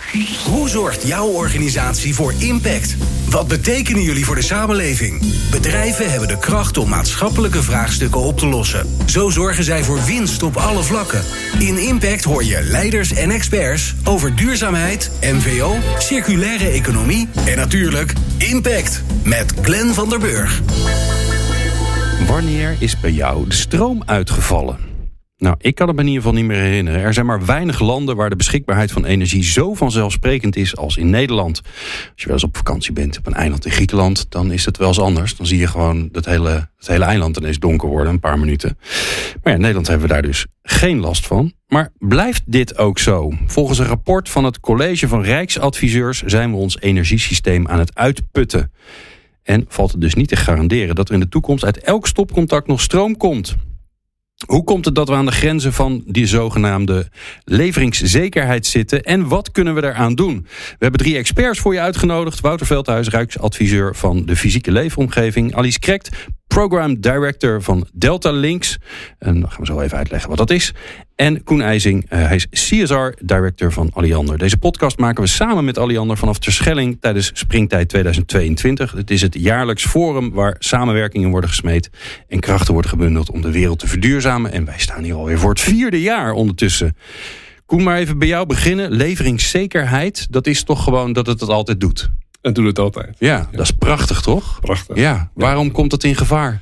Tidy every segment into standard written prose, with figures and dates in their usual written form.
Hoe zorgt jouw organisatie voor impact? Wat betekenen jullie voor de samenleving? Bedrijven hebben de kracht om maatschappelijke vraagstukken op te lossen. Zo zorgen zij voor winst op alle vlakken. In Impact hoor je leiders en experts over duurzaamheid, MVO, circulaire economie en natuurlijk Impact met Glenn van der Burg. Wanneer is bij jou de stroom uitgevallen? Nou, ik kan het me in ieder geval niet meer herinneren. Er zijn maar weinig landen waar de beschikbaarheid van energie zo vanzelfsprekend is als in Nederland. Als je wel eens op vakantie bent op een eiland in Griekenland, dan is het wel eens anders. Dan zie je gewoon het hele eiland ineens donker worden, een paar minuten. Maar ja, in Nederland hebben we daar dus geen last van. Maar blijft dit ook zo? Volgens een rapport van het College van Rijksadviseurs zijn we ons energiesysteem aan het uitputten. En valt het dus niet te garanderen dat er in de toekomst uit elk stopcontact nog stroom komt. Hoe komt het dat we aan de grenzen van die zogenaamde leveringszekerheid zitten? En wat kunnen we daaraan doen? We hebben 3 experts voor je uitgenodigd. Wouter Veldhuis, Rijksadviseur van de fysieke leefomgeving. Alice Krekt, Program Director van Delta Links. En dan gaan we zo even uitleggen wat dat is. En Koen IJzing, hij is CSR Director van Alliander. Deze podcast maken we samen met Alliander vanaf Terschelling tijdens Springtijd 2022. Het is het jaarlijks forum waar samenwerkingen worden gesmeed en krachten worden gebundeld om de wereld te verduurzamen. En wij staan hier alweer voor het 4e jaar ondertussen. Koen, maar even bij jou beginnen. Leveringszekerheid, dat is toch gewoon dat het altijd doet? Het doet het altijd. Ja, dat is prachtig, toch? Prachtig. Ja, waarom komt het in gevaar?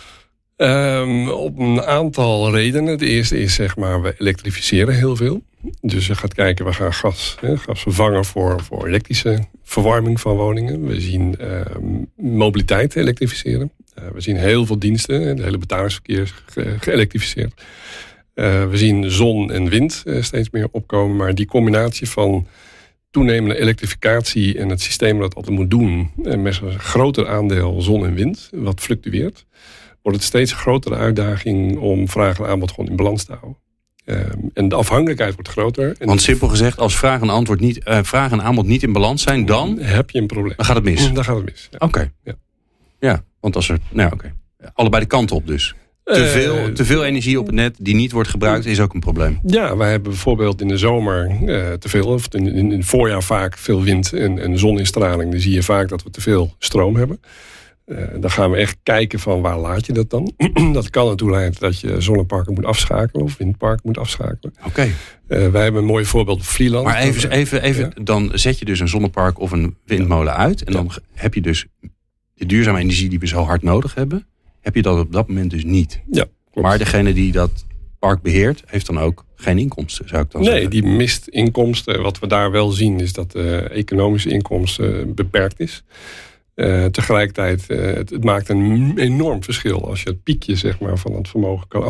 Op een aantal redenen. De eerste is, zeg maar, we elektrificeren heel veel. Dus je gaat kijken, we gaan gas vervangen voor elektrische verwarming van woningen. We zien mobiliteit elektrificeren. We zien heel veel diensten. Het hele betalingsverkeer is geëlektrificeerd. We zien zon en wind steeds meer opkomen. Maar die combinatie van toenemende elektrificatie en het systeem dat altijd moet doen, met een groter aandeel zon en wind, wat fluctueert, wordt het steeds een grotere uitdaging om vraag en aanbod gewoon in balans te houden. En de afhankelijkheid wordt groter. Want simpel gezegd, als vraag en aanbod niet in balans zijn, dan heb je een probleem. Dan gaat het mis. Dan gaat het mis. Ja. Oké. Ja, want als er, allebei de kanten op dus. Te veel energie op het net die niet wordt gebruikt is ook een probleem. Ja, wij hebben bijvoorbeeld in de zomer te veel, of in het voorjaar vaak veel wind en zoninstraling. Dan zie je vaak dat we te veel stroom hebben. Dan gaan we echt kijken van waar laat je dat dan. Dat kan ertoe leiden dat je zonneparken moet afschakelen of windparken moet afschakelen. Oké. Wij hebben een mooi voorbeeld op Vlieland. Maar even dan zet je dus een zonnepark of een windmolen uit. En dan heb je dus de duurzame energie die we zo hard nodig hebben. Heb je dat op dat moment dus niet. Ja, klopt. Maar degene die dat park beheert, heeft dan ook geen inkomsten, zou ik dan zeggen? Nee, die mist inkomsten. Wat we daar wel zien is dat de economische inkomsten beperkt is. Tegelijkertijd, het maakt een enorm verschil als je het piekje, zeg maar, van het vermogen kan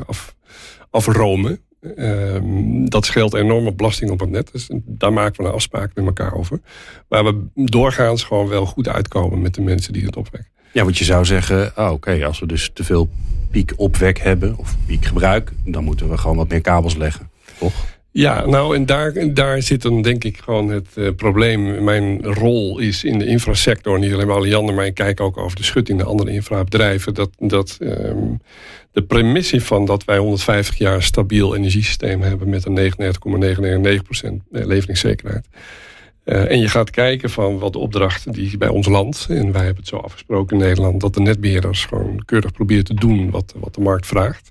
afromen. Dat scheelt enorme belasting op het net. Dus daar maken we een afspraak met elkaar over. Waar we doorgaans gewoon wel goed uitkomen met de mensen die het opwekken. Ja, want je zou zeggen, als we dus te veel piekopwek hebben of piekgebruik, dan moeten we gewoon wat meer kabels leggen, toch? Ja, nou en daar zit dan denk ik gewoon het probleem. Mijn rol is in de infrasector, niet alleen bij Alliander, maar ik kijk ook over de schutting naar andere infrabedrijven. Dat de premissie van dat wij 150 jaar stabiel energiesysteem hebben met een 99,999% leveringszekerheid. En je gaat kijken van wat de opdracht die bij ons land, en wij hebben het zo afgesproken in Nederland, dat de netbeheerders gewoon keurig proberen te doen wat de markt vraagt.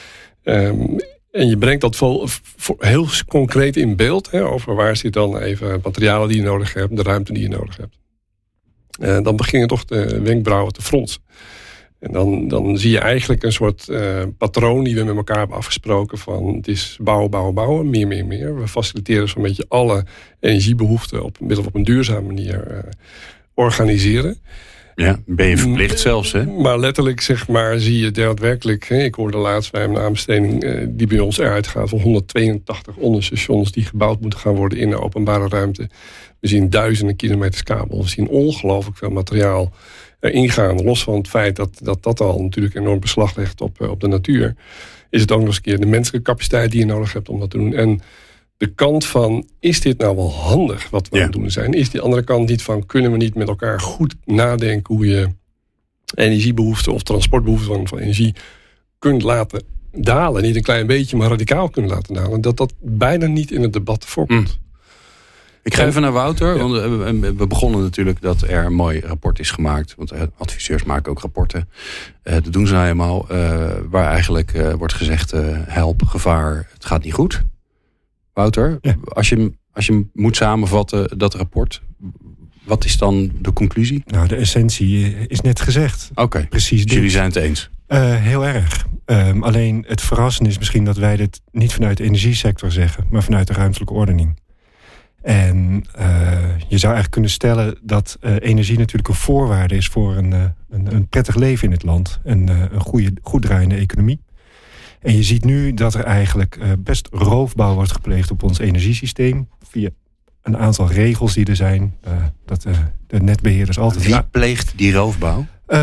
En je brengt dat heel concreet in beeld, over waar zit dan even materialen die je nodig hebt, de ruimte die je nodig hebt. Dan beginnen toch de wenkbrauwen te fronsen. En dan zie je eigenlijk een soort patroon die we met elkaar hebben afgesproken van het is bouwen, meer. We faciliteren zo'n beetje alle energiebehoeften op een duurzame manier organiseren. Ja, ben je verplicht zelfs, hè? Maar letterlijk, zeg maar, zie je daadwerkelijk. Ik hoorde laatst bij een aanbesteding die bij ons eruit gaat van 182 onderstations die gebouwd moeten gaan worden in de openbare ruimte. We zien duizenden kilometers kabel. We zien ongelooflijk veel materiaal ingaan. Los van het feit dat al natuurlijk enorm beslag legt op de natuur. Is het ook nog eens een keer de menselijke capaciteit die je nodig hebt om dat te doen. En de kant van, is dit nou wel handig wat we aan het doen zijn? Is die andere kant niet van, kunnen we niet met elkaar goed nadenken hoe je energiebehoeften of transportbehoeften van energie kunt laten dalen. Niet een klein beetje, maar radicaal kunt laten dalen. Dat bijna niet in het debat voorkomt. Ik ga even naar Wouter. Ja. Want we begonnen natuurlijk dat er een mooi rapport is gemaakt. Want adviseurs maken ook rapporten. Dat doen ze nou eenmaal. Waar eigenlijk wordt gezegd, help, gevaar, het gaat niet goed. Wouter, als je moet samenvatten dat rapport, wat is dan de conclusie? Nou, de essentie is net gezegd. Oké, precies. Dus jullie zijn het eens? Heel erg. Alleen het verrassende is misschien dat wij dit niet vanuit de energiesector zeggen, maar vanuit de ruimtelijke ordening. En je zou eigenlijk kunnen stellen dat energie natuurlijk een voorwaarde is voor een prettig leven in het land. En een goed draaiende economie. En je ziet nu dat er eigenlijk best roofbouw wordt gepleegd op ons energiesysteem. Via een aantal regels die er zijn. Dat de netbeheerders altijd... Wie pleegt die roofbouw?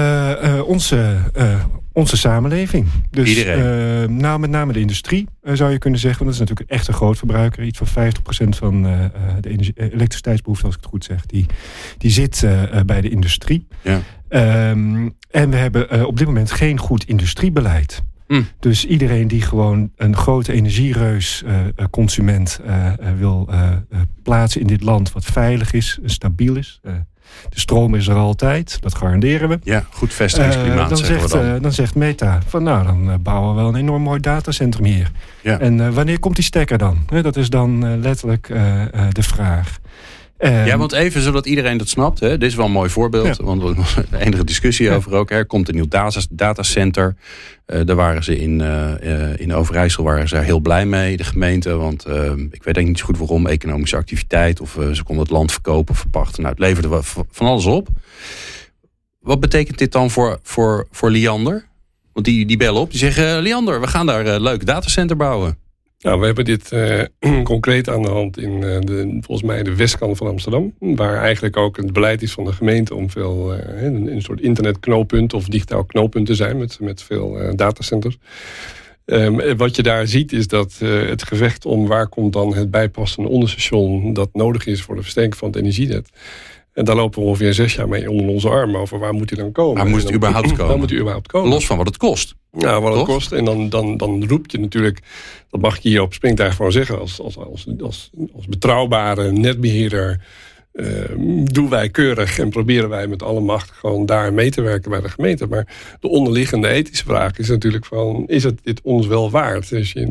Onze samenleving. Dus, iedereen? Met name de industrie zou je kunnen zeggen. Want dat is natuurlijk echt een groot verbruiker. Iets van 50% van de elektriciteitsbehoefte, als ik het goed zeg. Die zit bij de industrie. Ja. En we hebben op dit moment geen goed industriebeleid. Dus iedereen die gewoon een grote energiereus consument wil plaatsen in dit land, wat veilig is, stabiel is. De stroom is er altijd, dat garanderen we. Ja, goed vestigingsklimaat dan zegt Meta van dan bouwen we wel een enorm mooi datacentrum hier. Ja. En wanneer komt die stekker dan? Dat is dan letterlijk de vraag. Want even zodat iedereen dat snapt. Hè, dit is wel een mooi voorbeeld. Ja. Want er was enige discussie over ook. Er komt een nieuw datacenter. Daar waren ze in Overijssel waren ze heel blij mee. De gemeente. Want ik weet eigenlijk niet zo goed waarom. Economische activiteit. Of ze konden het land verkopen, verpachten. Nou, het leverde van alles op. Wat betekent dit dan voor Liander? Want die bellen op. Die zeggen, Liander, we gaan daar een leuk datacenter bouwen. Nou, we hebben dit concreet aan de hand in volgens mij de westkant van Amsterdam. Waar eigenlijk ook het beleid is van de gemeente om veel een soort internetknooppunt of digitaal knooppunt te zijn met veel datacenters. Wat je daar ziet is dat het gevecht om waar komt dan het bijpassende onderstation dat nodig is voor de versterking van het energienet. En daar lopen we ongeveer 6 jaar mee onder onze arm over. Waar moet hij dan komen? Waar moet het überhaupt komen? Waar moet hij überhaupt komen? Los van wat het kost. Ja, wat het kost. En dan roep je natuurlijk, dat mag ik hier op Springtuig gewoon zeggen, als betrouwbare netbeheerder doen wij keurig en proberen wij met alle macht gewoon daar mee te werken bij de gemeente. Maar de onderliggende ethische vraag is natuurlijk van, is het dit ons wel waard?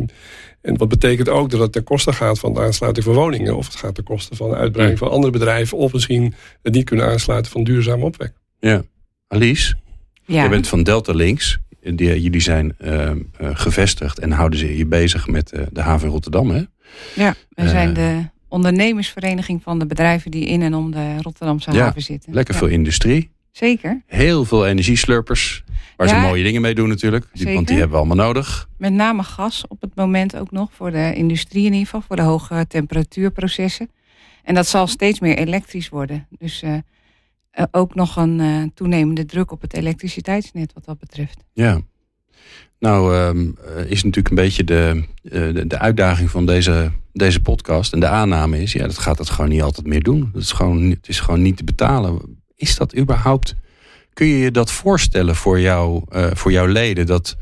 En wat betekent ook dat het ten koste gaat van de aansluiting van woningen, of het gaat ten koste van de uitbreiding van andere bedrijven, of misschien het niet kunnen aansluiten van duurzame opwek. Ja. Alice, je bent van Delta Links. Jullie zijn gevestigd en houden je bezig met de haven in Rotterdam, hè? Ja, we zijn de ondernemersvereniging van de bedrijven die in en om de Rotterdamse haven zitten. Lekker veel industrie. Zeker. Heel veel energieslurpers. Waar ze mooie dingen mee doen natuurlijk. Want die hebben we allemaal nodig. Met name gas op het moment ook nog. Voor de industrie in ieder geval. Voor de hoge temperatuurprocessen. En dat zal steeds meer elektrisch worden. Dus ook nog een toenemende druk op het elektriciteitsnet wat dat betreft. Ja. Nou is natuurlijk een beetje de uitdaging van deze podcast. En de aanname is, dat gaat het gewoon niet altijd meer doen. Het is gewoon niet te betalen. Is dat überhaupt... Kun je je dat voorstellen voor jouw leden? Dat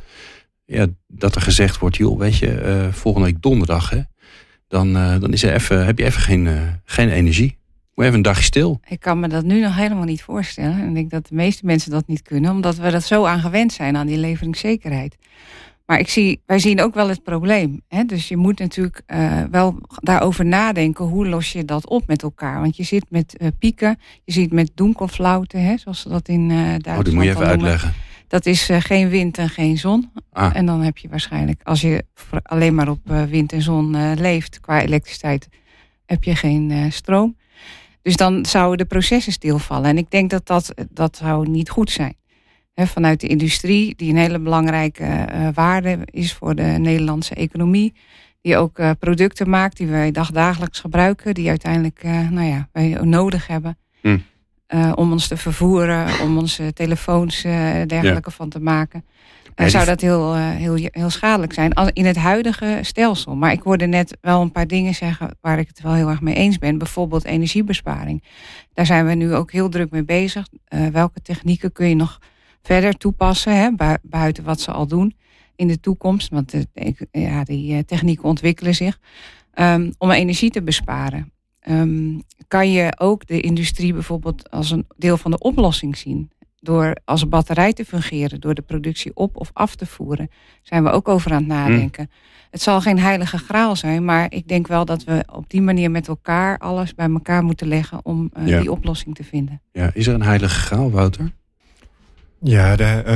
er gezegd wordt, joh, weet je, volgende week donderdag, hè, dan heb je even geen energie. Moet even een dagje stil. Ik kan me dat nu nog helemaal niet voorstellen. En ik denk dat de meeste mensen dat niet kunnen, omdat we dat zo aan gewend zijn aan die leveringszekerheid. Maar wij zien ook wel het probleem. Hè? Dus je moet natuurlijk wel daarover nadenken. Hoe los je dat op met elkaar? Want je zit met pieken. Je zit met donkerflauten. Hè? Zoals ze dat in Duitsland die moet je even uitleggen. Dat is geen wind en geen zon. En dan heb je waarschijnlijk, als je alleen maar op wind en zon leeft qua elektriciteit, heb je geen stroom. Dus dan zouden de processen stilvallen. En ik denk dat zou niet goed zijn. Vanuit de industrie, die een hele belangrijke waarde is voor de Nederlandse economie. Die ook producten maakt die wij dagelijks gebruiken. Die uiteindelijk wij nodig hebben. Om ons te vervoeren, om onze telefoons dergelijke van te maken. Zou dat heel schadelijk zijn in het huidige stelsel. Maar ik hoorde net wel een paar dingen zeggen waar ik het wel heel erg mee eens ben. Bijvoorbeeld energiebesparing. Daar zijn we nu ook heel druk mee bezig. Welke technieken kun je nog verder toepassen, buiten wat ze al doen in de toekomst. Want die technieken ontwikkelen zich. Om energie te besparen. kan je ook de industrie bijvoorbeeld als een deel van de oplossing zien. Door als een batterij te fungeren, door de productie op of af te voeren. Zijn we ook over aan het nadenken. Het zal geen heilige graal zijn, maar ik denk wel dat we op die manier met elkaar alles bij elkaar moeten leggen om die oplossing te vinden. Ja, is er een heilige graal, Wouter? Ja,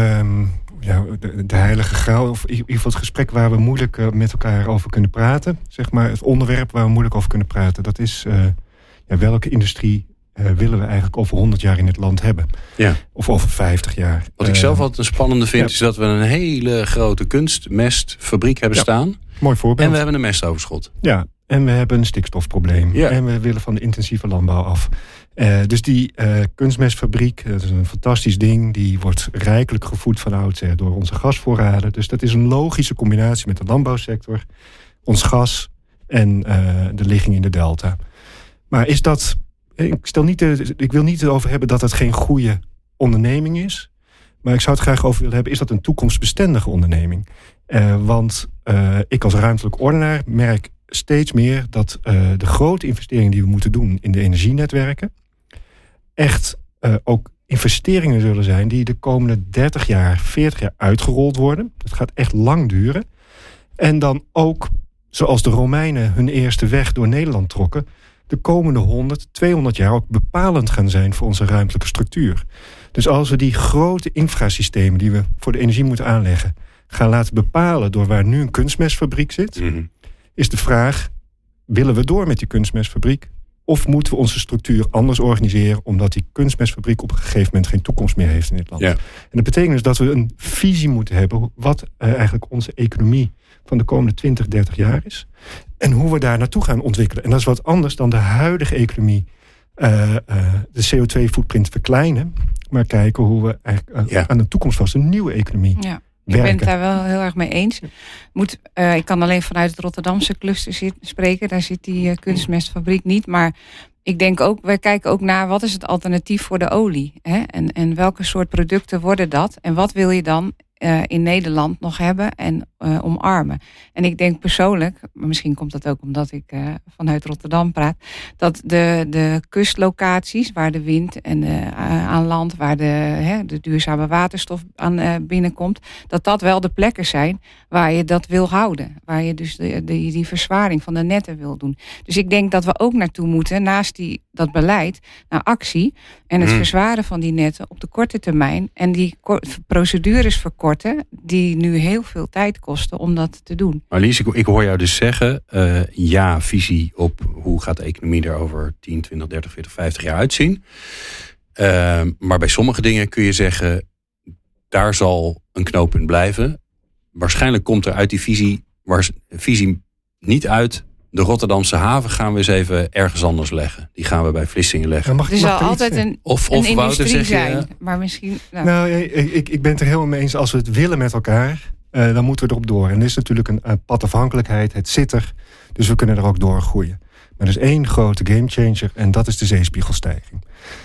de heilige graal, of in ieder geval het gesprek waar we moeilijk met elkaar over kunnen praten. Zeg maar het onderwerp waar we moeilijk over kunnen praten. Dat is welke industrie willen we eigenlijk over 100 jaar in het land hebben. Ja. Of over 50 jaar. Wat ik zelf altijd een spannende vind, is dat we een hele grote kunstmestfabriek hebben staan. Mooi voorbeeld. En we hebben een mestoverschot. Ja, en we hebben een stikstofprobleem. Ja. En we willen van de intensieve landbouw af. Dus die kunstmestfabriek, dat is een fantastisch ding. Die wordt rijkelijk gevoed van oudsher door onze gasvoorraden. Dus dat is een logische combinatie met de landbouwsector, ons gas en de ligging in de delta. Maar is dat... Ik wil niet erover hebben dat het geen goede onderneming is. Maar ik zou het graag over willen hebben, is dat een toekomstbestendige onderneming? Want ik als ruimtelijk ordenaar merk steeds meer dat de grote investeringen die we moeten doen in de energienetwerken echt ook investeringen zullen zijn die de komende 30 jaar, 40 jaar uitgerold worden. Dat gaat echt lang duren. En dan ook, zoals de Romeinen hun eerste weg door Nederland trokken, de komende 100, 200 jaar ook bepalend gaan zijn voor onze ruimtelijke structuur. Dus als we die grote infrasystemen die we voor de energie moeten aanleggen gaan laten bepalen door waar nu een kunstmestfabriek zit, is de vraag, willen we door met die kunstmestfabriek? Of moeten we onze structuur anders organiseren, omdat die kunstmestfabriek op een gegeven moment geen toekomst meer heeft in dit land? Ja. En dat betekent dus dat we een visie moeten hebben wat eigenlijk onze economie van de komende 20, 30 jaar is. En hoe we daar naartoe gaan ontwikkelen. En dat is wat anders dan de huidige economie de CO2-footprint verkleinen, maar kijken hoe we eigenlijk aan de toekomst vast een nieuwe economie werken. Ik ben het daar wel heel erg mee eens. Ik kan alleen vanuit het Rotterdamse cluster spreken. Daar zit die kunstmestfabriek niet. Maar ik denk ook, wij kijken ook naar wat is het alternatief voor de olie. Hè? En welke soort producten worden dat? En wat wil je dan in Nederland nog hebben en omarmen? En ik denk persoonlijk, maar misschien komt dat ook omdat ik vanuit Rotterdam praat, dat de kustlocaties waar de wind en aan land, waar de duurzame waterstof aan binnenkomt, dat wel de plekken zijn waar je dat wil houden. Waar je dus die verzwaring van de netten wil doen. Dus ik denk dat we ook naartoe moeten, naast dat beleid, naar actie en het verzwaren van die netten op de korte termijn en die procedures verkorten die nu heel veel tijd kosten om dat te doen. Marlies, ik hoor jou dus zeggen, visie op hoe gaat de economie er over 10, 20, 30, 40, 50 jaar uitzien. Maar bij sommige dingen kun je zeggen, daar zal een knooppunt blijven. Waarschijnlijk komt er uit die visie niet uit, de Rotterdamse haven gaan we eens even ergens anders leggen. Die gaan we bij Vlissingen leggen. Er zal altijd een industrie zijn. Maar misschien... Ik ben het er helemaal mee eens. Als we het willen met elkaar, dan moeten we erop door. En er is natuurlijk een padafhankelijkheid. Het zit er. Dus we kunnen er ook doorgroeien. Maar er is één grote gamechanger. En dat is de zeespiegelstijging.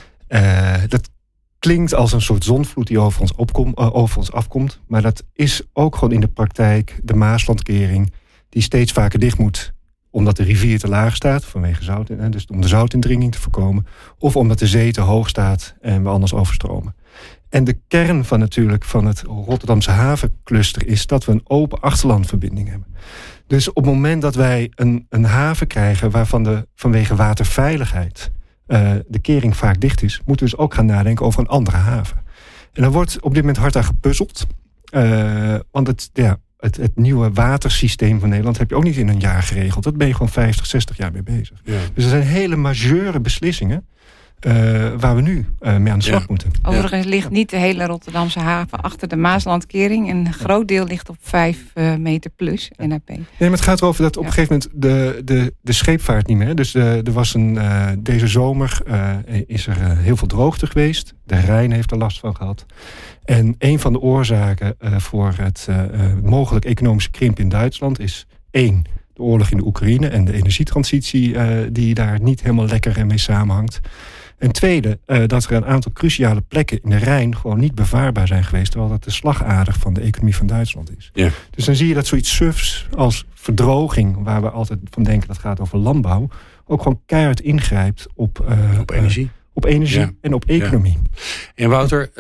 Dat klinkt als een soort zondvloed die over ons afkomt. Maar dat is ook gewoon in de praktijk de Maaslandkering die steeds vaker dicht moet, omdat de rivier te laag staat vanwege zout, dus om de zoutindringing te voorkomen, of omdat de zee te hoog staat en we anders overstromen. En de kern van het Rotterdamse havencluster is dat we een open achterlandverbinding hebben. Dus op het moment dat wij een haven krijgen waarvan vanwege waterveiligheid de kering vaak dicht is, moeten we dus ook gaan nadenken over een andere haven. En daar wordt op dit moment hard aan gepuzzeld. Want het nieuwe watersysteem van Nederland heb je ook niet in een jaar geregeld. Dat ben je gewoon 50, 60 jaar mee bezig. Ja. Dus er zijn hele majeure beslissingen waar we nu mee aan de slag moeten. Overigens ligt niet de hele Rotterdamse haven achter de Maaslandkering. Een groot deel ligt op 5 meter plus NAP. Nee, maar het gaat erover dat op een gegeven moment de scheepvaart niet meer. Dus er was deze zomer is er heel veel droogte geweest. De Rijn heeft er last van gehad. En een van de oorzaken voor het mogelijk economische krimp in Duitsland is 1, de oorlog in de Oekraïne en de energietransitie die daar niet helemaal lekker mee samenhangt. En tweede, dat er een aantal cruciale plekken in de Rijn gewoon niet bevaarbaar zijn geweest, terwijl dat de slagader van de economie van Duitsland is. Ja. Dus dan zie je dat zoiets sufs als verdroging, waar we altijd van denken dat gaat over landbouw, ook gewoon keihard ingrijpt op energie. Op energie en op economie. Ja. En Wouter,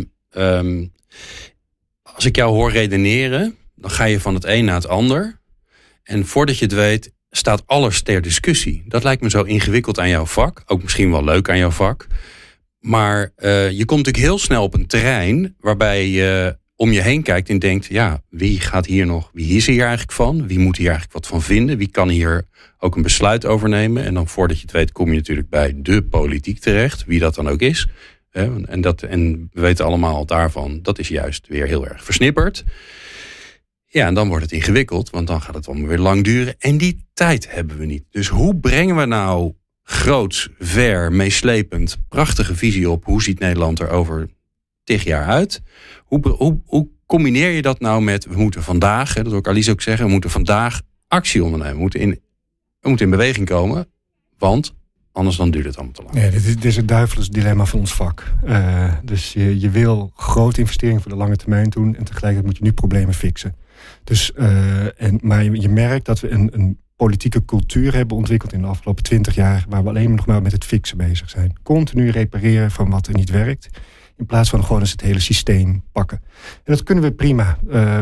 als ik jou hoor redeneren, dan ga je van het een naar het ander. En voordat je het weet, staat alles ter discussie. Dat lijkt me zo ingewikkeld aan jouw vak. Ook misschien wel leuk aan jouw vak. Maar je komt natuurlijk heel snel op een terrein waarbij je om je heen kijkt en denkt, ja, wie is hier eigenlijk van? Wie moet hier eigenlijk wat van vinden? Wie kan hier ook een besluit over nemen? En dan voordat je het weet, kom je natuurlijk bij de politiek terecht, wie dat dan ook is. En we weten allemaal daarvan, dat is juist weer heel erg versnipperd. Ja, en dan wordt het ingewikkeld, want dan gaat het allemaal weer lang duren. En die tijd hebben we niet. Dus hoe brengen we nou groots, ver, meeslepend, prachtige visie op hoe ziet Nederland er over 10 jaar uit? Hoe combineer je dat nou met, we moeten vandaag, dat wil ik Alice ook zeggen, we moeten vandaag actie ondernemen. We moeten in beweging komen, want anders dan duurt het allemaal te lang. Ja, dit is het duivelse dilemma van ons vak. Dus je wil grote investeringen voor de lange termijn doen en tegelijkertijd moet je nu problemen fixen. Dus, maar je merkt dat we een politieke cultuur hebben ontwikkeld in de afgelopen 20 jaar... waar we alleen nog maar met het fixen bezig zijn. Continu repareren van wat er niet werkt, in plaats van gewoon eens het hele systeem pakken. En dat kunnen we prima.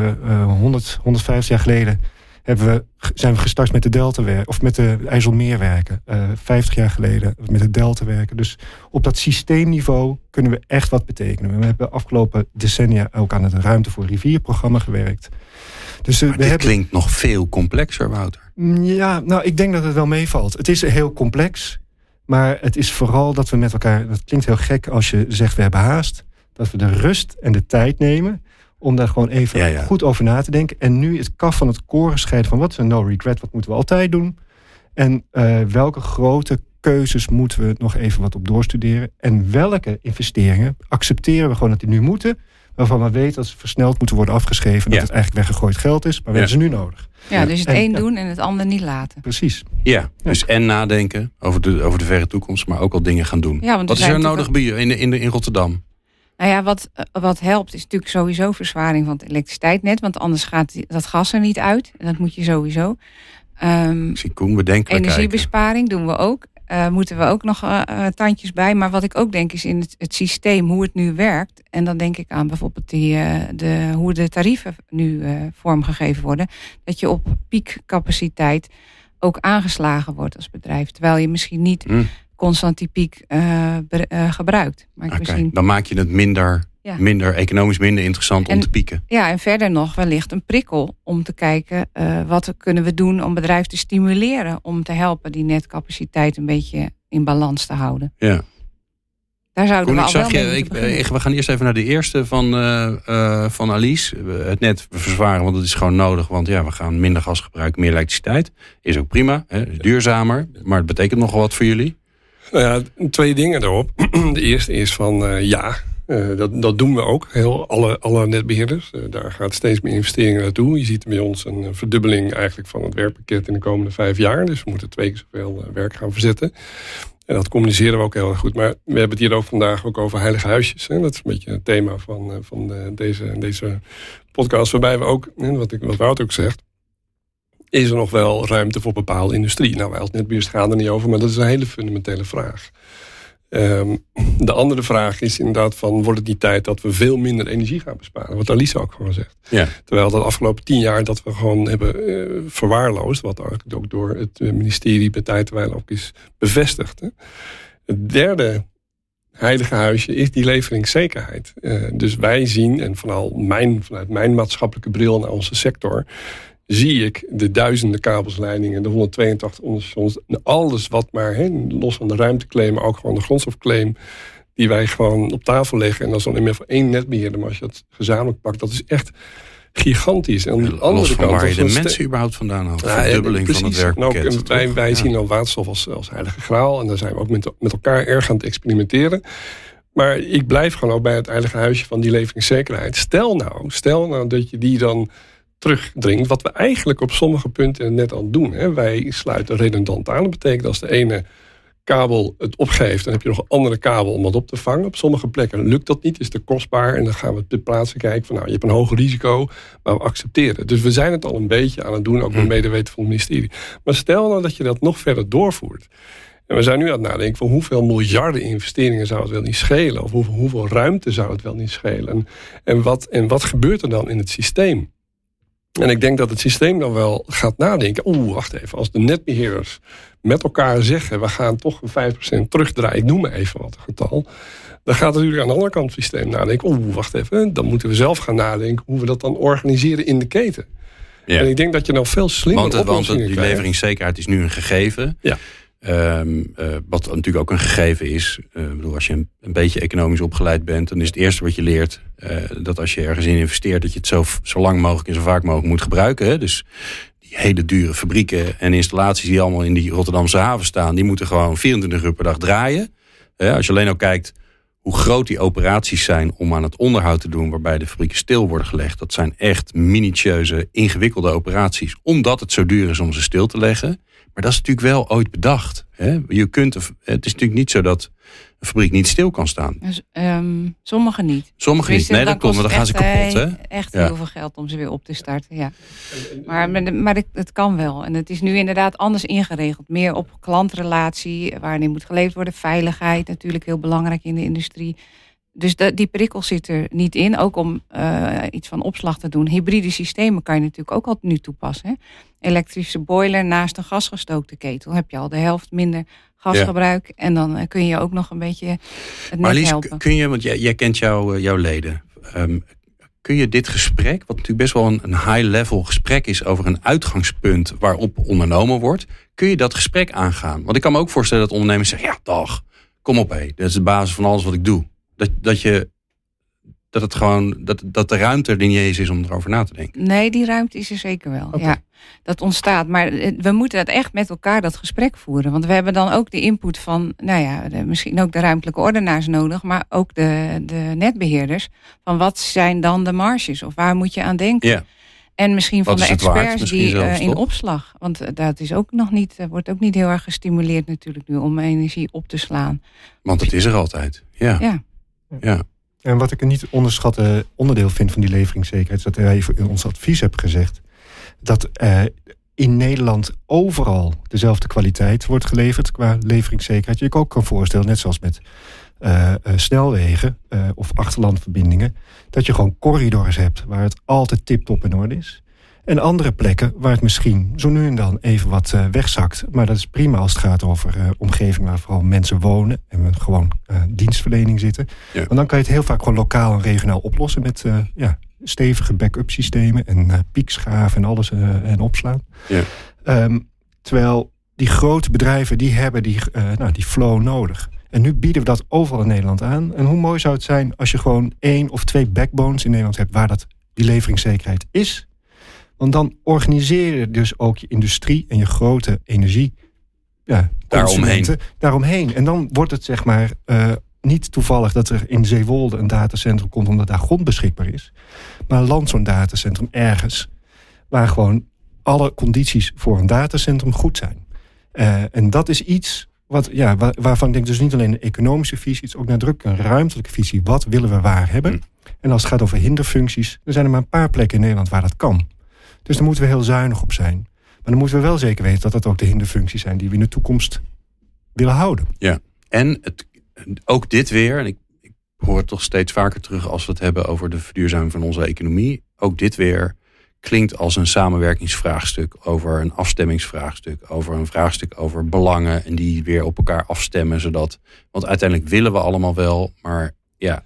150 jaar geleden zijn we gestart met de Deltawerken, of met de IJsselmeerwerken. 50 jaar geleden met het Deltawerken. Dus op dat systeemniveau kunnen we echt wat betekenen. We hebben afgelopen decennia ook aan het Ruimte voor Rivierprogramma gewerkt. Dus, dit klinkt nog veel complexer, Wouter. Ja, nou, ik denk dat het wel meevalt. Het is heel complex, maar het is vooral dat we met elkaar... Dat klinkt heel gek als je zegt we hebben haast. Dat we de rust en de tijd nemen om daar gewoon even goed over na te denken. En nu het kaf van het koren scheiden van wat is een no regret, wat moeten we altijd doen? En welke grote keuzes moeten we nog even wat op doorstuderen? En welke investeringen accepteren we gewoon dat die nu moeten, waarvan we weten dat ze versneld moeten worden afgeschreven, dat het eigenlijk weggegooid geld is, maar we hebben ze nu nodig. Ja, dus het een doen en het ander niet laten. Precies. Ja, dus en nadenken over de verre toekomst, maar ook al dingen gaan doen. Ja, want wat is er nodig in Rotterdam? Nou ja, wat helpt is natuurlijk sowieso verzwaring van het elektriciteitsnet. Want anders gaat dat gas er niet uit. En dat moet je sowieso. Ik zie Koen bedenken. Energiebesparing doen we ook. Moeten we ook nog tandjes bij. Maar wat ik ook denk is in het systeem hoe het nu werkt. En dan denk ik aan bijvoorbeeld hoe de tarieven nu vormgegeven worden. Dat je op piekcapaciteit ook aangeslagen wordt als bedrijf. Terwijl je misschien niet constant die piek gebruikt. Maar dan maak je het minder economisch minder interessant om te pieken. Ja, en verder nog wellicht een prikkel om te kijken wat kunnen we doen om bedrijven te stimuleren om te helpen die netcapaciteit een beetje in balans te houden. Ja. Daar zouden Koen, we al wel mee beginnen. We gaan eerst even naar de eerste van Alice. Het net verzwaren, want het is gewoon nodig. Want ja, we gaan minder gas gebruiken, meer elektriciteit. Is ook prima, is duurzamer. Maar het betekent nogal wat voor jullie. Nou ja, 2 dingen erop. De eerste is van dat doen we ook. Alle netbeheerders. Daar gaat steeds meer investeringen naartoe. Je ziet bij ons een verdubbeling eigenlijk van het werkpakket in de komende 5 jaar. Dus we moeten 2 keer zoveel werk gaan verzetten. En dat communiceren we ook heel erg goed. Maar we hebben het hier ook vandaag ook over heilige huisjes. Hè? Dat is een beetje het thema van deze podcast. Waarbij we ook, wat Wout ook zegt, is er nog wel ruimte voor bepaalde industrie? Nou, wij als netbeheerders gaan er niet over, maar dat is een hele fundamentele vraag. De andere vraag is inderdaad van, wordt het niet tijd dat we veel minder energie gaan besparen? Wat Alice ook gewoon zegt. Ja. Terwijl dat de afgelopen 10 jaar dat we gewoon hebben verwaarloosd, wat eigenlijk ook door het ministerie bij Tijterwijl ook is bevestigd. Hè. Het derde heilige huisje is die leveringszekerheid. Dus wij zien, en vanuit mijn maatschappelijke bril naar onze sector, zie ik de duizenden kabelsleidingen, de 182 onderstations, alles wat maar, los van de ruimteclaim, maar ook gewoon de grondstofclaim, die wij gewoon op tafel leggen. En dat is dan niet meer voor 1 netbeheerder, maar als je dat gezamenlijk pakt, dat is echt gigantisch. En aan de andere kant, waar je de mensen überhaupt vandaan haalt. Verdubbeling van het werkpakket. En wij zien al waterstof als heilige graal. En daar zijn we ook met elkaar erg aan het experimenteren. Maar ik blijf gewoon ook bij het heilige huisje van die leveringszekerheid. Stel nou dat je die dan terugdringt, wat we eigenlijk op sommige punten net al doen. Hè. Wij sluiten redundant aan. Dat betekent als de ene kabel het opgeeft, dan heb je nog een andere kabel om dat op te vangen. Op sommige plekken lukt dat niet, is te kostbaar. En dan gaan we ter plaatse kijken van, je hebt een hoger risico, maar we accepteren. Dus we zijn het al een beetje aan het doen, ook met medeweten van het ministerie. Maar stel nou dat je dat nog verder doorvoert. En we zijn nu aan het nadenken van hoeveel miljarden investeringen zou het wel niet schelen? Of hoeveel ruimte zou het wel niet schelen? En wat gebeurt er dan in het systeem? En ik denk dat het systeem dan wel gaat nadenken. Wacht even, als de netbeheerders met elkaar zeggen, we gaan toch een 5% terugdraaien, ik noem maar even wat een getal. Dan gaat natuurlijk aan de andere kant het systeem nadenken. Wacht even, dan moeten we zelf gaan nadenken hoe we dat dan organiseren in de keten. Ja. En ik denk dat je nou veel slimmer oplossingen krijgt. Want die leveringszekerheid is nu een gegeven. Ja. Wat natuurlijk ook een gegeven is. Als je een beetje economisch opgeleid bent, dan is het eerste wat je leert dat als je ergens in investeert, dat je het zo lang mogelijk en zo vaak mogelijk moet gebruiken. Hè? Dus die hele dure fabrieken en installaties die allemaal in die Rotterdamse haven staan, die moeten gewoon 24 uur per dag draaien. Als je alleen al kijkt hoe groot die operaties zijn om aan het onderhoud te doen, waarbij de fabrieken stil worden gelegd, dat zijn echt minutieuze, ingewikkelde operaties, omdat het zo duur is om ze stil te leggen. Maar dat is natuurlijk wel ooit bedacht. Hè? Het is natuurlijk niet zo dat een fabriek niet stil kan staan. Dus, sommige niet. Sommige niet. Nee, dat klopt. Maar dan gaan ze kapot. Hè? Echt heel veel geld om ze weer op te starten. Ja. Maar het kan wel. En het is nu inderdaad anders ingeregeld. Meer op klantrelatie, waarin moet geleverd worden. Veiligheid, natuurlijk heel belangrijk in de industrie. Dus die prikkel zit er niet in. Ook om iets van opslag te doen. Hybride systemen kan je natuurlijk ook al nu toepassen. Hè? Elektrische boiler naast een gasgestookte ketel. Heb je al de helft minder gasgebruik. Ja. En dan kun je ook nog een beetje het net Marlies, helpen. Kun je, want jij kent jouw leden. Kun je dit gesprek, wat natuurlijk best wel een high-level gesprek is over een uitgangspunt waarop ondernomen wordt, kun je dat gesprek aangaan? Want ik kan me ook voorstellen dat ondernemers zeggen, ja dag, kom op dat is de basis van alles wat ik doe. Dat de ruimte er niet eens is om erover na te denken. Nee, die ruimte is er zeker wel. Okay. Ja, dat ontstaat. Maar we moeten dat echt met elkaar dat gesprek voeren. Want we hebben dan ook de input van, misschien ook de ruimtelijke ordenaars nodig, maar ook de netbeheerders. Van wat zijn dan de marges? Of waar moet je aan denken? Ja. En misschien van de experts die in opslag. Want dat is ook nog niet, wordt ook niet heel erg gestimuleerd natuurlijk nu om energie op te slaan. Want het is er altijd. Ja. En wat ik een niet onderschatte onderdeel vind van die leveringszekerheid, is dat wij in ons advies hebben gezegd dat in Nederland overal dezelfde kwaliteit wordt geleverd qua leveringszekerheid. Je ook kan voorstellen, net zoals met snelwegen of achterlandverbindingen, dat je gewoon corridors hebt waar het altijd tip-top in orde is. En andere plekken waar het misschien zo nu en dan even wat wegzakt. Maar dat is prima als het gaat over omgeving waar vooral mensen wonen en we gewoon dienstverlening zitten. Ja. Want dan kan je het heel vaak gewoon lokaal en regionaal oplossen met stevige backup systemen en piekschaven en alles en opslaan. Ja. Terwijl die grote bedrijven die hebben die flow nodig. En nu bieden we dat overal in Nederland aan. En hoe mooi zou het zijn als je gewoon 1 of 2 backbones in Nederland hebt waar die leveringszekerheid is. Want dan organiseer je dus ook je industrie en je grote energie daaromheen. En dan wordt het zeg maar niet toevallig dat er in Zeewolde een datacentrum komt omdat daar grond beschikbaar is. Maar land zo'n datacentrum ergens waar gewoon alle condities voor een datacentrum goed zijn. En dat is iets waarvan ik denk dus niet alleen een economische visie, het is ook nadrukkelijk een ruimtelijke visie. Wat willen we waar hebben? En als het gaat over hinderfuncties, er zijn er maar een paar plekken in Nederland waar dat kan. Dus daar moeten we heel zuinig op zijn. Maar dan moeten we wel zeker weten dat dat ook de hinderfuncties zijn die we in de toekomst willen houden. Ja, en ook dit weer, en ik hoor het toch steeds vaker terug als we het hebben over de verduurzaming van onze economie. Ook dit weer klinkt als een samenwerkingsvraagstuk, over een afstemmingsvraagstuk, over een vraagstuk over belangen en die weer op elkaar afstemmen, want uiteindelijk willen we allemaal wel, maar ja.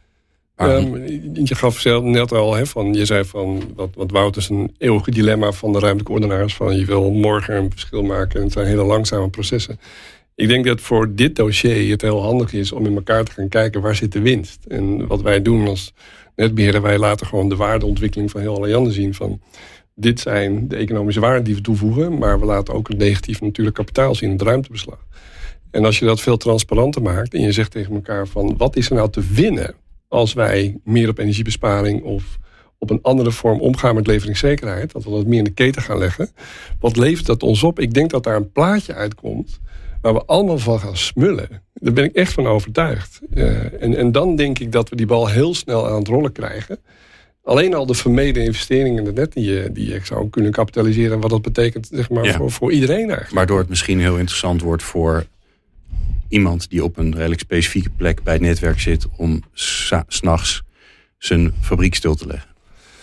Je gaf zelf net al, je zei van, wat Wout is een eeuwige dilemma van de ruimtelijke ordenaars, van je wil morgen een verschil maken en het zijn hele langzame processen. Ik denk dat voor dit dossier het heel handig is om in elkaar te gaan kijken waar zit de winst. En wat wij doen als netbeheerder, wij laten gewoon de waardeontwikkeling van heel Alliander zien van dit zijn de economische waarden die we toevoegen, maar we laten ook het negatief natuurlijk kapitaal zien, het ruimtebeslag. En als je dat veel transparanter maakt en je zegt tegen elkaar van wat is er nou te winnen als wij meer op energiebesparing of op een andere vorm omgaan met leveringszekerheid, dat we dat meer in de keten gaan leggen. Wat levert dat ons op? Ik denk dat daar een plaatje uitkomt waar we allemaal van gaan smullen. Daar ben ik echt van overtuigd. En dan denk ik dat we die bal heel snel aan het rollen krijgen. Alleen al de vermeden investeringen in het net die je zou kunnen kapitaliseren. En wat dat betekent zeg maar, voor iedereen eigenlijk. Waardoor het misschien heel interessant wordt voor iemand die op een redelijk specifieke plek bij het netwerk zit om 's nachts zijn fabriek stil te leggen.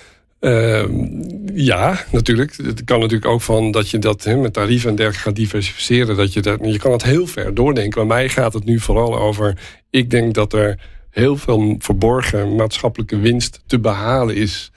Ja, natuurlijk. Het kan natuurlijk ook van dat je dat met tarieven en dergelijke gaat diversificeren. Je kan het heel ver doordenken. Bij mij gaat het nu vooral over. Ik denk dat er heel veel verborgen maatschappelijke winst te behalen is.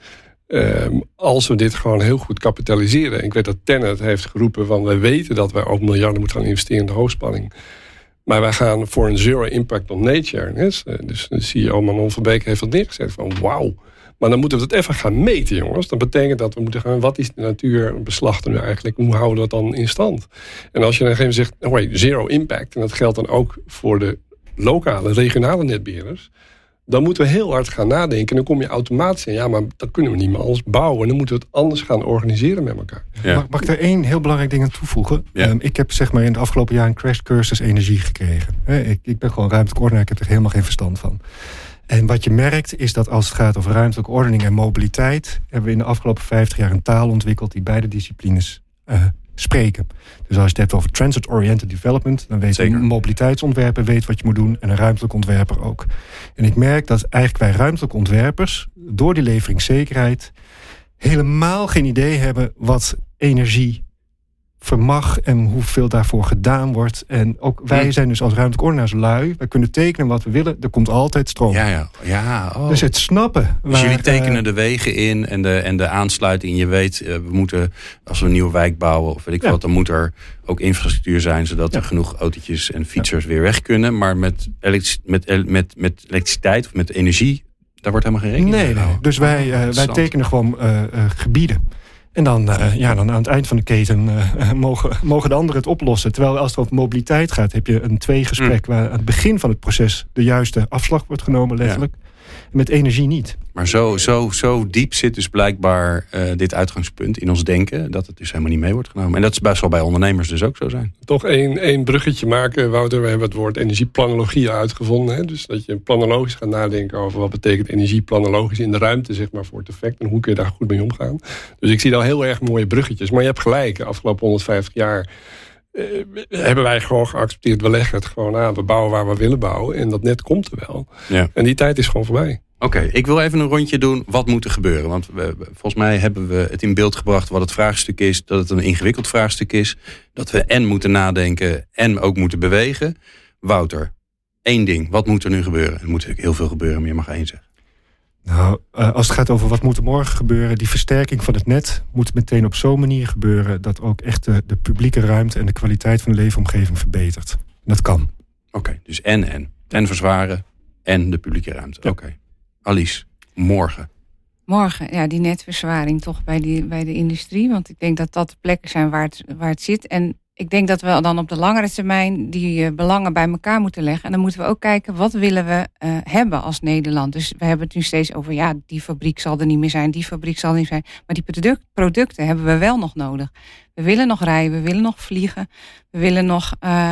Als we dit gewoon heel goed kapitaliseren. Ik weet dat TenneT heeft geroepen van wij weten dat wij ook miljarden moeten gaan investeren in de hoogspanning. Maar wij gaan voor een zero impact on nature. Dus de CEO Manon van Beek heeft dat neergezet van wauw. Maar dan moeten we het even gaan meten, jongens. Dat betekent dat we moeten gaan, wat is de natuurbeslag nu eigenlijk? Hoe houden we dat dan in stand? En als je dan even zegt, zero impact. En dat geldt dan ook voor de lokale, regionale netbeheerders. Dan moeten we heel hard gaan nadenken. En dan kom je automatisch in. Ja, maar dat kunnen we niet meer anders bouwen. En dan moeten we het anders gaan organiseren met elkaar. Ja. Mag ik er één heel belangrijk ding aan toevoegen? Ja. Ik heb zeg maar in de afgelopen jaar een crashcursus energie gekregen. Ik ben gewoon ruimtelijk ordenaar. Ik heb er helemaal geen verstand van. En wat je merkt is dat als het gaat over ruimtelijke ordening en mobiliteit, hebben we in de afgelopen 50 jaar een taal ontwikkeld die beide disciplines spreken. Dus als je het hebt over transit-oriented development, dan weet een mobiliteitsontwerper weet wat je moet doen en een ruimtelijk ontwerper ook. En ik merk dat eigenlijk wij ruimtelijke ontwerpers door die leveringszekerheid helemaal geen idee hebben wat energie vermag en hoeveel daarvoor gedaan wordt. En ook wij zijn dus als ruimtelijk ordenaars lui. Wij kunnen tekenen wat we willen. Er komt altijd stroom. Dus het snappen. Dus jullie tekenen de wegen in en de aansluiting. Je weet, we moeten, als we een nieuwe wijk bouwen of weet ik wat, dan moet er ook infrastructuur zijn, zodat er genoeg autootjes en fietsers weer weg kunnen. Maar met elektriciteit of met energie, daar wordt helemaal geen rekening mee gehouden. Dus wij tekenen gewoon gebieden. En dan aan het eind van de keten mogen de anderen het oplossen. Terwijl als het over mobiliteit gaat, heb je een tweegesprek waar aan het begin van het proces de juiste afslag wordt genomen, letterlijk. Met energie niet. Maar zo diep zit dus blijkbaar dit uitgangspunt in ons denken, dat het dus helemaal niet mee wordt genomen. En dat is best wel bij ondernemers dus ook zo zijn. Toch één bruggetje maken, Wouter. We hebben het woord energieplanologie uitgevonden. Hè? Dus dat je planologisch gaat nadenken over wat betekent energie planologisch in de ruimte, zeg maar, voor het effect. En hoe kun je daar goed mee omgaan. Dus ik zie daar heel erg mooie bruggetjes. Maar je hebt gelijk, de afgelopen 150 jaar hebben wij gewoon geaccepteerd, we leggen het gewoon aan. We bouwen waar we willen bouwen. En dat net komt er wel. Ja. En die tijd is gewoon voorbij. Oké, ik wil even een rondje doen. Wat moet er gebeuren? Want volgens mij hebben we het in beeld gebracht wat het vraagstuk is. Dat het een ingewikkeld vraagstuk is. Dat we en moeten nadenken en ook moeten bewegen. Wouter, 1 ding. Wat moet er nu gebeuren? Er moet natuurlijk heel veel gebeuren, maar je mag 1 zeggen. Nou, als het gaat over wat moet er morgen gebeuren, die versterking van het net moet meteen op zo'n manier gebeuren dat ook echt de publieke ruimte en de kwaliteit van de leefomgeving verbetert. Dat kan. Oké, dus en verzwaren en de publieke ruimte. Ja. Oké. Alice, morgen, die netverzwaring toch bij de industrie. Want ik denk dat de plekken zijn waar het zit. En ik denk dat we dan op de langere termijn die belangen bij elkaar moeten leggen. En dan moeten we ook kijken, wat willen we hebben als Nederland? Dus we hebben het nu steeds over, die fabriek zal er niet meer zijn, die fabriek zal er niet zijn. Maar die producten hebben we wel nog nodig. We willen nog rijden, we willen nog vliegen. We willen nog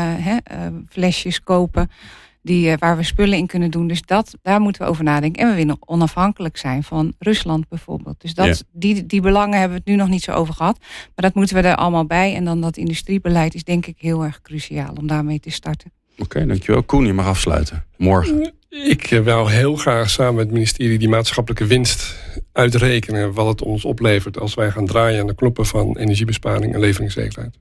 flesjes kopen waar we spullen in kunnen doen. Dus daar moeten we over nadenken. En we willen onafhankelijk zijn van Rusland bijvoorbeeld. Dus die belangen hebben we het nu nog niet zo over gehad. Maar dat moeten we er allemaal bij. En dan dat industriebeleid is denk ik heel erg cruciaal om daarmee te starten. Oké, dankjewel. Koen, je mag afsluiten. Morgen. Ik wil heel graag samen met het ministerie die maatschappelijke winst uitrekenen wat het ons oplevert als wij gaan draaien aan de knoppen van energiebesparing en leveringszekerheid.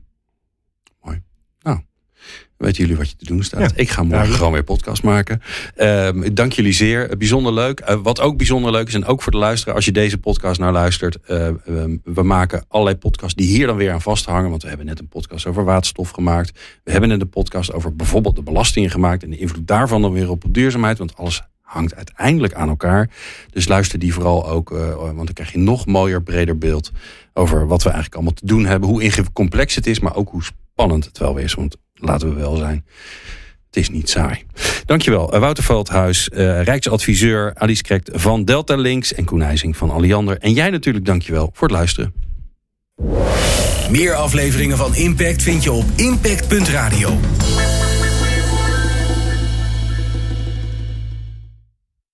Mooi. Nou, weten jullie wat je te doen staat? Ja. Ik ga morgen gewoon weer podcast maken. Dank jullie zeer. Bijzonder leuk. Wat ook bijzonder leuk is, en ook voor de luisteraar, als je deze podcast nou luistert. We maken allerlei podcasts die hier dan weer aan vasthangen. Want we hebben net een podcast over waterstof gemaakt. We hebben net een podcast over bijvoorbeeld de belastingen gemaakt. En de invloed daarvan dan weer op duurzaamheid. Want alles hangt uiteindelijk aan elkaar. Dus luister die vooral ook. Want dan krijg je nog mooier, breder beeld over wat we eigenlijk allemaal te doen hebben. Hoe complex het is, maar ook hoe spannend het wel weer is. Want laten we wel zijn, het is niet saai. Dankjewel, Wouter Veldhuis, Rijksadviseur, Alice Krekt van Delta Links en Koen IJsing van Alliander. En jij natuurlijk dankjewel voor het luisteren. Meer afleveringen van Impact vind je op impact.radio.